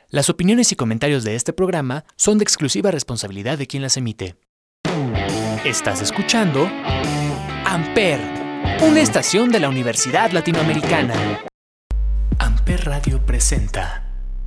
Las opiniones y comentarios de este programa son de exclusiva responsabilidad de quien las emite. Estás escuchando Amper, una estación de la Universidad Latinoamericana. Amper Radio presenta.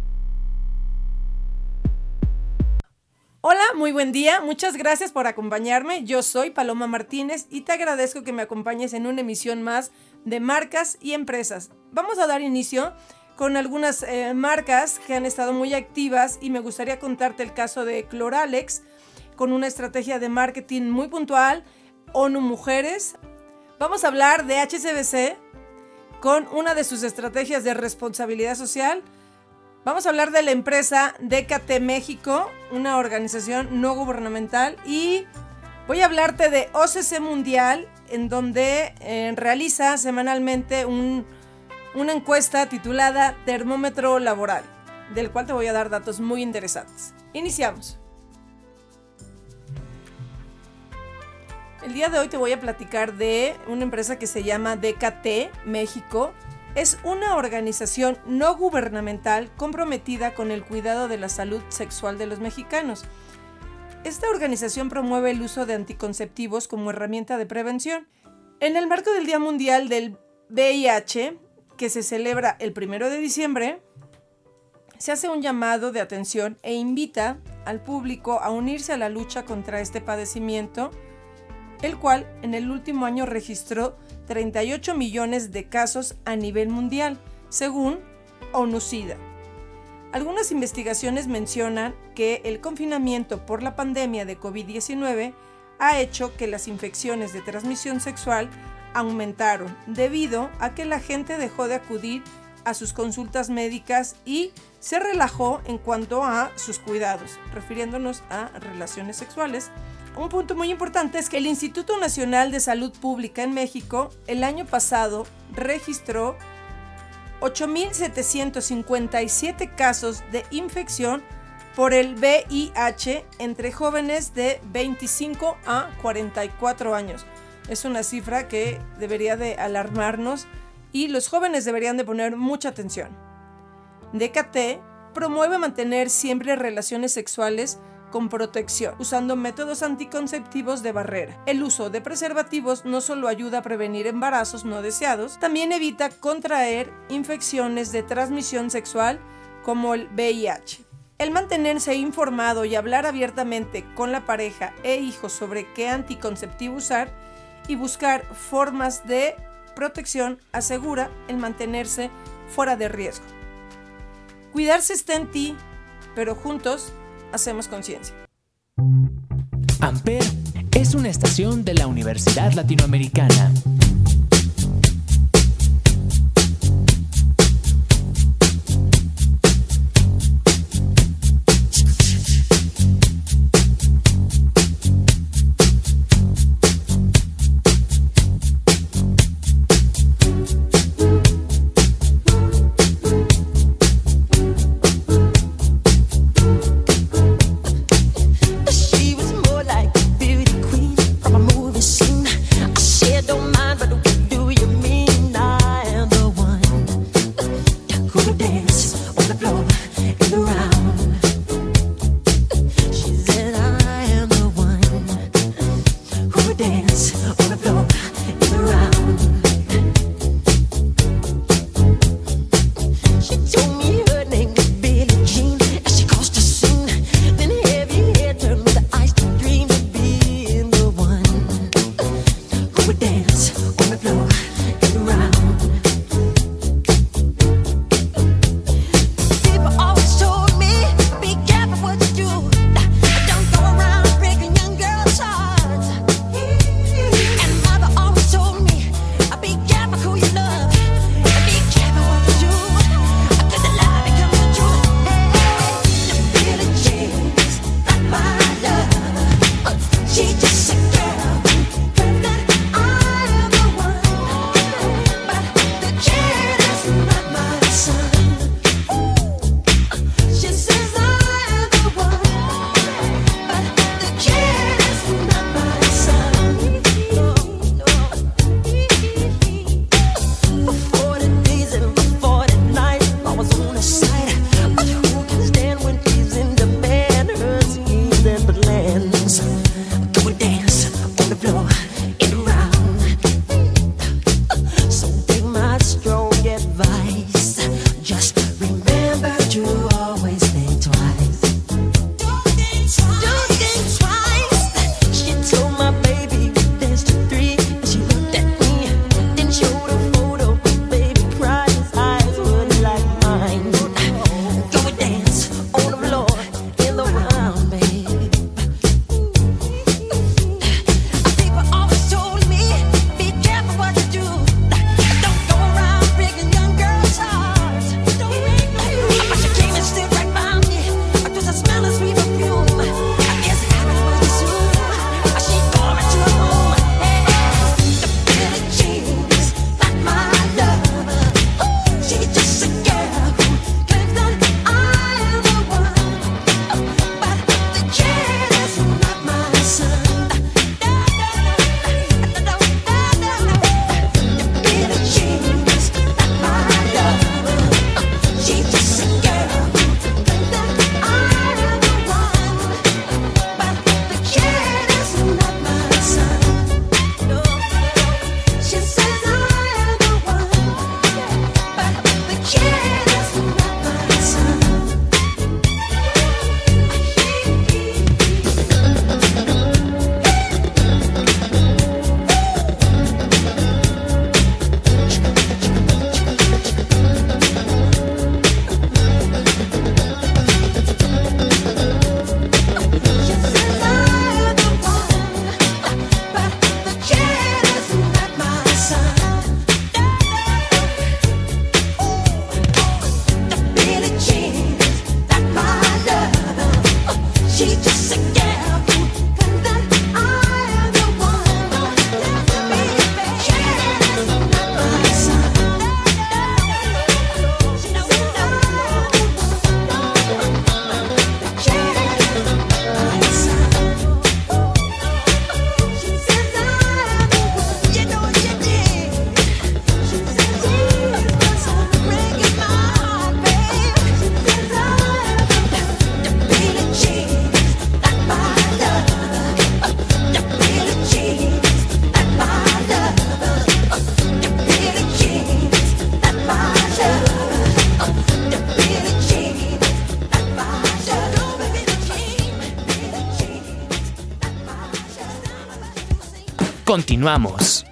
Hola, muy buen día. Muchas gracias por acompañarme. Yo soy Paloma Martínez y te agradezco que me acompañes en una emisión más de Marcas y Empresas. Vamos a dar inicio con algunas marcas que han estado muy activas y me gustaría contarte el caso de Cloralex con una estrategia de marketing muy puntual, ONU Mujeres. Vamos a hablar de HSBC con una de sus estrategias de responsabilidad social. Vamos a hablar de la empresa DKT México, una organización no gubernamental, y voy a hablarte de OCC Mundial, en donde realiza semanalmente una encuesta titulada Termómetro Laboral, del cual te voy a dar datos muy interesantes. Iniciamos. El día de hoy te voy a platicar de una empresa que se llama DKT México. Es una organización no gubernamental comprometida con el cuidado de la salud sexual de los mexicanos. Esta organización promueve el uso de anticonceptivos como herramienta de prevención. En el marco del Día Mundial del VIH, que se celebra el 1 de diciembre, se hace un llamado de atención e invita al público a unirse a la lucha contra este padecimiento, el cual en el último año registró 38 millones de casos a nivel mundial, según ONU-SIDA. Algunas investigaciones mencionan que el confinamiento por la pandemia de COVID-19 ha hecho que las infecciones de transmisión sexual aumentaron debido a que la gente dejó de acudir a sus consultas médicas y se relajó en cuanto a sus cuidados, refiriéndonos a relaciones sexuales. Un punto muy importante es que el Instituto Nacional de Salud Pública en México el año pasado registró 8,757 casos de infección por el VIH entre jóvenes de 25 a 44 años. Es una cifra que debería de alarmarnos y los jóvenes deberían de poner mucha atención. DKT promueve mantener siempre relaciones sexuales con protección, usando métodos anticonceptivos de barrera. El uso de preservativos no solo ayuda a prevenir embarazos no deseados, también evita contraer infecciones de transmisión sexual como el VIH. El mantenerse informado y hablar abiertamente con la pareja e hijos sobre qué anticonceptivo usar y buscar formas de protección asegura el mantenerse fuera de riesgo. Cuidarse está en ti, pero juntos hacemos conciencia. Amper es una estación de la Universidad Latinoamericana. Don't mind Continuamos.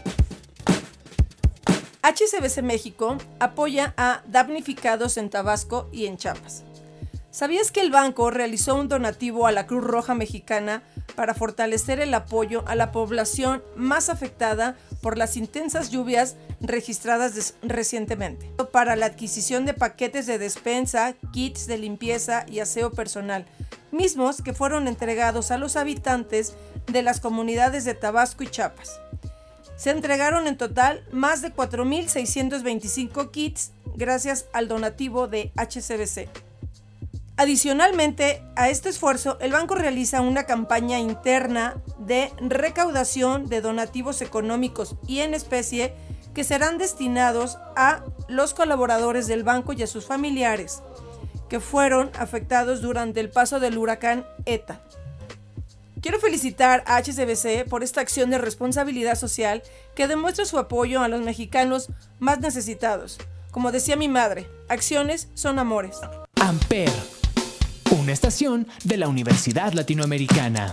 HSBC México apoya a damnificados en Tabasco y en Chiapas. ¿Sabías que el banco realizó un donativo a la Cruz Roja Mexicana para fortalecer el apoyo a la población más afectada por las intensas lluvias registradas recientemente? Para la adquisición de paquetes de despensa, kits de limpieza y aseo personal, mismos que fueron entregados a los habitantes de las comunidades de Tabasco y Chiapas. Se entregaron en total más de 4.625 kits gracias al donativo de HSBC. Adicionalmente a este esfuerzo, el banco realiza una campaña interna de recaudación de donativos económicos y en especie que serán destinados a los colaboradores del banco y a sus familiares que fueron afectados durante el paso del huracán ETA. Quiero felicitar a HSBC por esta acción de responsabilidad social que demuestra su apoyo a los mexicanos más necesitados. Como decía mi madre, acciones son amores. Amper, una estación de la Universidad Latinoamericana.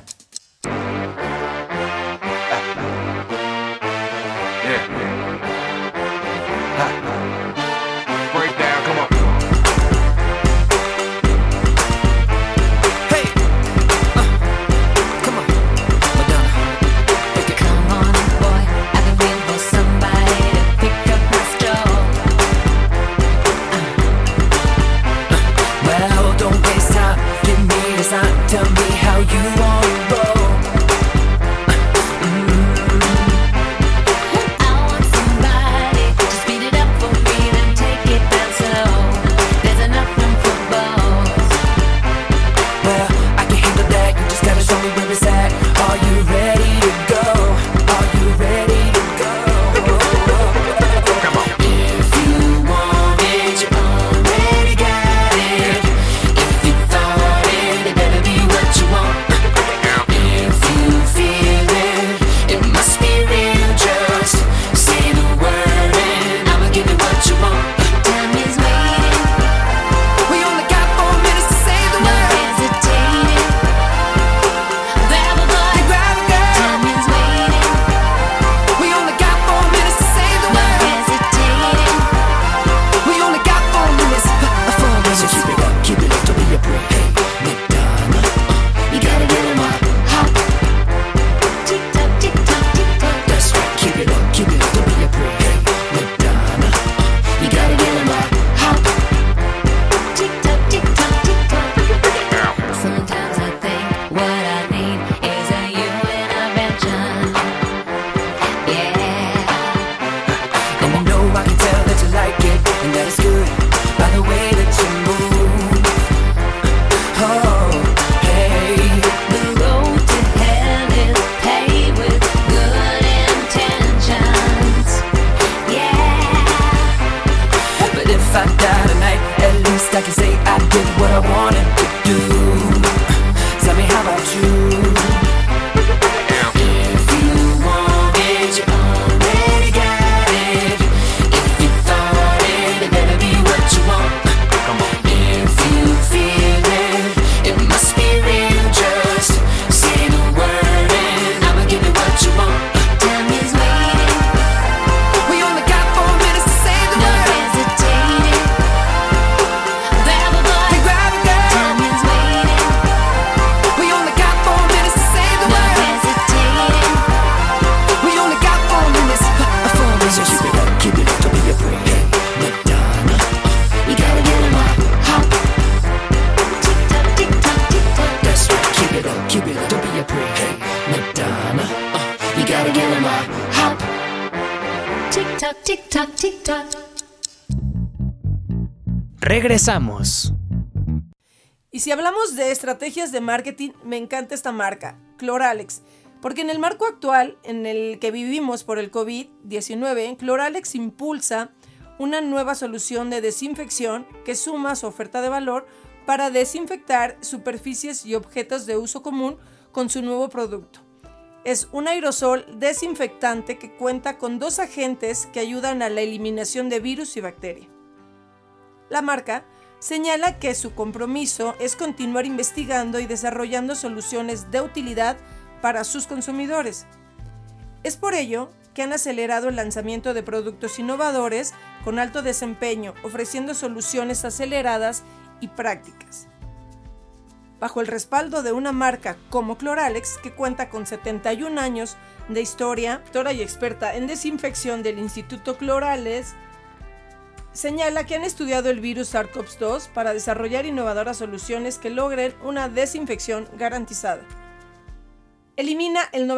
Tell me how you want to roll. I want somebody to speed it up for me, then take it down slow. There's enough room for both. Well, I can handle that. You just gotta show me where it's at. Are you ready to go? Are you ready to go? Come on. If you want it, you already got it. If you thought it, it better be what you want. If you feel it, it must be real. Just say the word and I'ma give you what you want. Time is waiting. We only got 4 minutes to say the word. No hesitating. Grab a boy, grab a girl. Time is waiting. We only got 4 minutes to say the word. No hesitating. We only got 4 minutes. 4 minutes. So keep it up, don't be a break. Hey, Madonna, you gotta get on my hop. Tick tock, tick tock, tick tock. That's right, keep it up, don't be a break. Hey, Madonna, you gotta get on my hop. Tick tock, tick tock, tick tock. Sometimes I think what I need is a you intervention. Yeah. And I know I can tell that you like it, and that is good by the way that you move. Oh, hey. The road to hell is paved with good intentions. Yeah. But if I die tonight, at least I can say I did what I wanted to do. Tell me, how about you? If you want it, you already got it. If you thought it, it better be what you want. If you feel it, it must be real. Just say the word and I'ma give you what you want. Time is waiting. We only got 4 minutes to say the word. No hesitating. Grab a boy, hey, grab a girl. Time is waiting. We only got 4 minutes to say the word. No hesitating. We only got 4 minutes. 4 minutes. So keep it up, don't be a break. Hey, Madonna, you gotta get on my hop. Tick tock, tick tock, tick tock. That's right, keep it up, don't be a break. Hey, Madonna, you gotta get on my hop. Tick tock, tick tock, tick tock. Regresamos. Y si hablamos de estrategias de marketing, me encanta esta marca, Cloralex, porque en el marco actual en el que vivimos por el COVID-19, Cloralex impulsa una nueva solución de desinfección que suma su oferta de valor para desinfectar superficies y objetos de uso común con su nuevo producto. Es un aerosol desinfectante que cuenta con 2 agentes que ayudan a la eliminación de virus y bacterias. La marca señala que su compromiso es continuar investigando y desarrollando soluciones de utilidad para sus consumidores. Es por ello que han acelerado el lanzamiento de productos innovadores con alto desempeño, ofreciendo soluciones aceleradas y prácticas. Bajo el respaldo de una marca como Cloralex, que cuenta con 71 años de historia, doctora y experta en desinfección del Instituto Cloralex, señala que han estudiado el virus SARS-CoV-2 para desarrollar innovadoras soluciones que logren una desinfección garantizada. Elimina el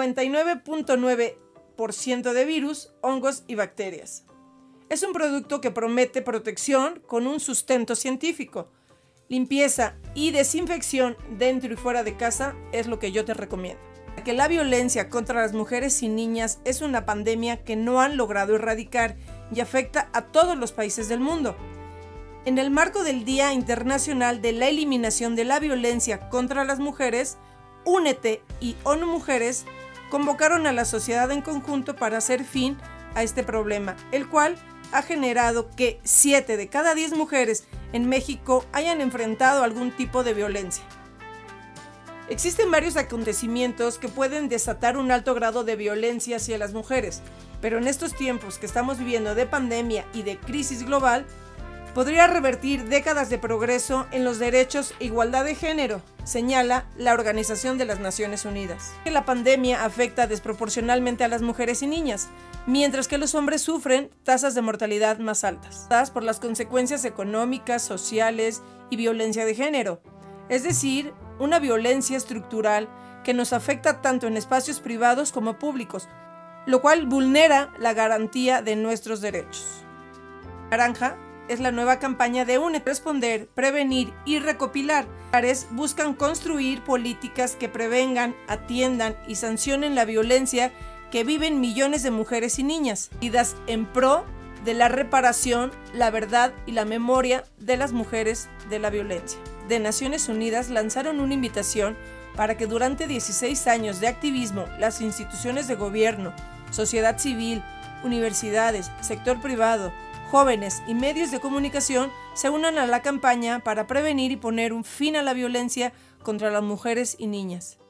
99.9% de virus, hongos y bacterias. Es un producto que promete protección con un sustento científico. Limpieza y desinfección dentro y fuera de casa es lo que yo te recomiendo. Que la violencia contra las mujeres y niñas es una pandemia que no han logrado erradicar y afecta a todos los países del mundo. En el marco del Día Internacional de la Eliminación de la Violencia contra las Mujeres, Únete y ONU Mujeres convocaron a la sociedad en conjunto para hacer fin a este problema, el cual ha generado que 7 de cada 10 mujeres en México hayan enfrentado algún tipo de violencia. Existen varios acontecimientos que pueden desatar un alto grado de violencia hacia las mujeres, pero en estos tiempos que estamos viviendo de pandemia y de crisis global, podría revertir décadas de progreso en los derechos e igualdad de género, señala la Organización de las Naciones Unidas. La pandemia afecta desproporcionalmente a las mujeres y niñas, mientras que los hombres sufren tasas de mortalidad más altas, por las consecuencias económicas, sociales y violencia de género, es decir, una violencia estructural que nos afecta tanto en espacios privados como públicos, lo cual vulnera la garantía de nuestros derechos. Naranja es la nueva campaña de Únete. Responder, prevenir y recopilar. Buscan construir políticas que prevengan, atiendan y sancionen la violencia que viven millones de mujeres y niñas, medidas en pro de la reparación, la verdad y la memoria de las mujeres de la violencia. De Naciones Unidas lanzaron una invitación para que durante 16 años de activismo las instituciones de gobierno, sociedad civil, universidades, sector privado, jóvenes y medios de comunicación se unan a la campaña para prevenir y poner un fin a la violencia contra las mujeres y niñas.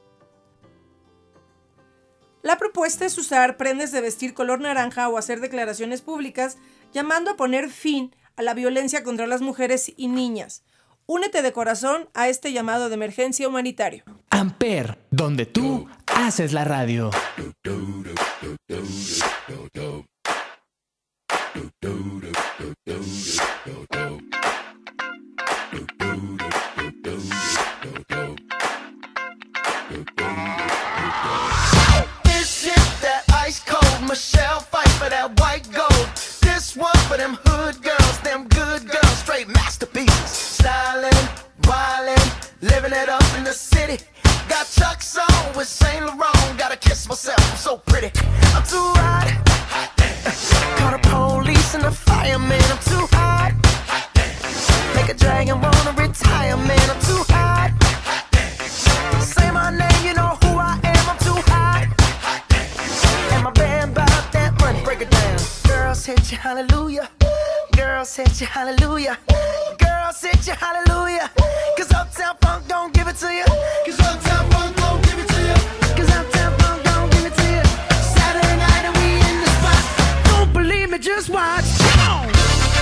La propuesta es usar prendas de vestir color naranja o hacer declaraciones públicas llamando a poner fin a la violencia contra las mujeres y niñas. Únete de corazón a este llamado de emergencia humanitario. Amper, donde tú haces la radio. Michelle fight for that white gold. This one for them hood girls, them good girls, straight masterpieces. Stylin', wildin', living it up in the city. Got Chuck's on with Saint Laurent. Gotta kiss myself, I'm so pretty. I'm too hot. Call the police and the fireman. I'm too hot. Make a dragon wanna retire, man. I'm too hot. Say my name, you know who I am. I'm too hot. And my band bought that money. Break it down. Girls hit you, hallelujah. Girls hit you, hallelujah. Girls hit you, hallelujah. Cause Uptown Funk don't give it to you. Cause Uptown Funk don't give it to you. Cause Uptown Funk don't give it to you. Saturday night and we in the spot. Don't believe me, just watch. Come on.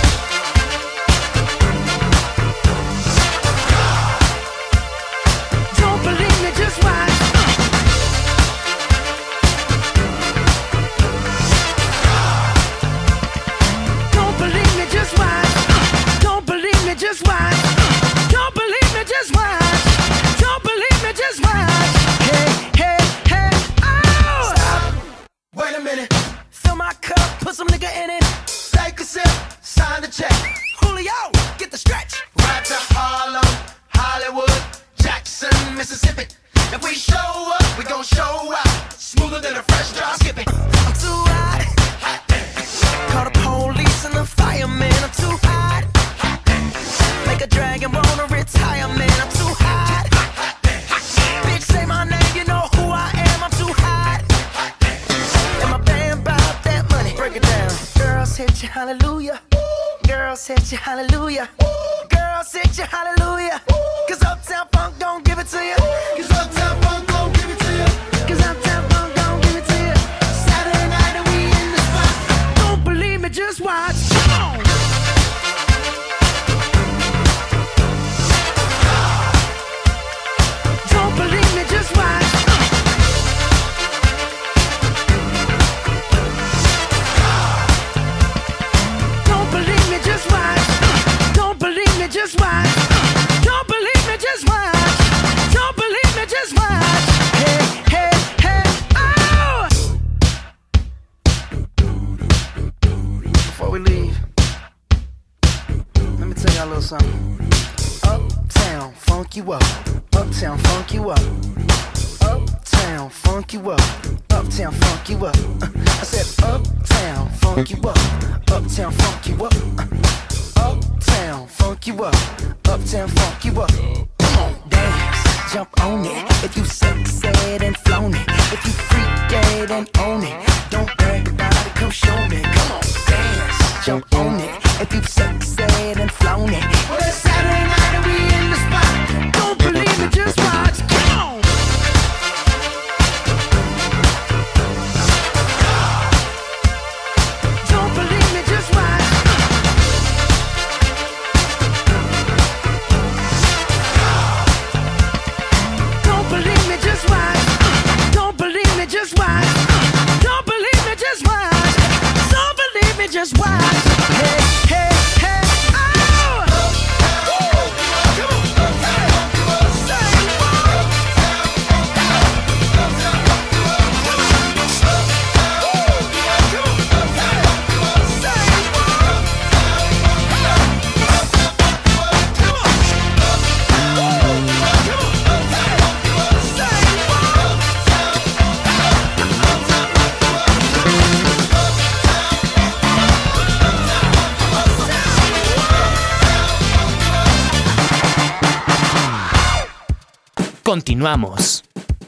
Don't believe me, just watch. Don't believe me, just watch. Don't believe me, just watch. Don't believe me, just watch. Don't believe me, just watch. Hey, hey, hey, oh! Stop. Wait a minute. Fill my cup, put some nigga in it. Take a sip, sign the check. Julio, get the stretch. Right to Harlem, Hollywood, Jackson, Mississippi. If we show up, we gon' show out. Smoother than a fresh drop skipping. I'm too hot. Call the police and the fireman. I'm too hot. Make a dragon wanna retire, man. I'm too hot. Bitch, say my name, you know who I am. I'm too hot. And my band bought that money. Break it down. Girls hit you, hallelujah. Girls hit you, hallelujah. Girls hit you, hallelujah. Cause Uptown Funk don't give it to you. Cause Uptown Funk don't give it to you. Cause Uptown Funk don't give it to you. Saturday something. Uptown, funk you up. Uptown, funk you up. Uptown, funk you up. Uptown, funk you up. I said uptown, funk you up. Uptown, funk you up. Uptown, funk you up. Uptown, funk you up. Come on, dance, jump on it. If you said and flown it. If you freak dead and own it. Don't brag about it, come show me. Come on, dance, jump on it. If you said and flown it. Well, it's Saturday night and we in the spot. Don't believe me, just watch. Come on. Don't believe me, just watch. Don't believe me, just watch. Don't believe me, just watch. Don't believe me, just watch. Don't believe me, just watch. Hey, hey, hey, oh! Come on. Continuamos.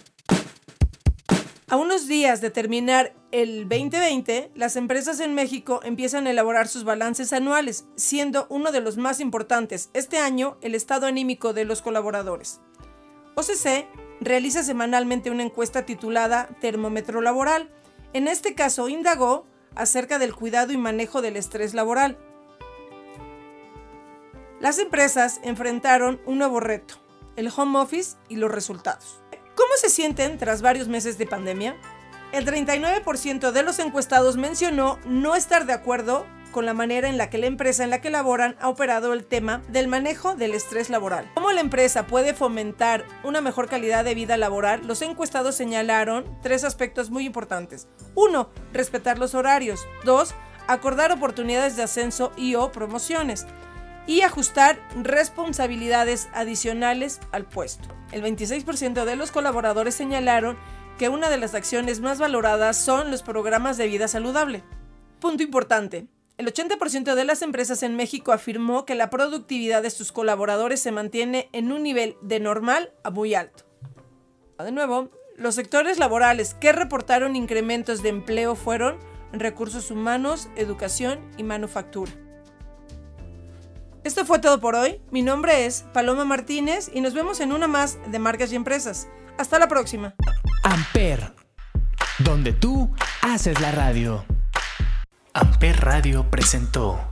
A unos días de terminar el 2020, las empresas en México empiezan a elaborar sus balances anuales, siendo uno de los más importantes este año el estado anímico de los colaboradores. OCC realiza semanalmente una encuesta titulada Termómetro Laboral. En este caso, indagó acerca del cuidado y manejo del estrés laboral. Las empresas enfrentaron un nuevo reto, el home office y los resultados. ¿Cómo se sienten tras varios meses de pandemia? El 39% de los encuestados mencionó no estar de acuerdo con la manera en la que la empresa en la que laboran ha operado el tema del manejo del estrés laboral. ¿Cómo la empresa puede fomentar una mejor calidad de vida laboral? Los encuestados señalaron 3 aspectos muy importantes. 1. Respetar los horarios. 2. Acordar oportunidades de ascenso y o promociones. Y ajustar responsabilidades adicionales al puesto. El 26% de los colaboradores señalaron que una de las acciones más valoradas son los programas de vida saludable. Punto importante. El 80% de las empresas en México afirmó que la productividad de sus colaboradores se mantiene en un nivel de normal a muy alto. De nuevo, los sectores laborales que reportaron incrementos de empleo fueron recursos humanos, educación y manufactura. Esto fue todo por hoy. Mi nombre es Paloma Martínez y nos vemos en una más de Marcas y Empresas. Hasta la próxima. Amper, donde tú haces la radio. Amper Radio presentó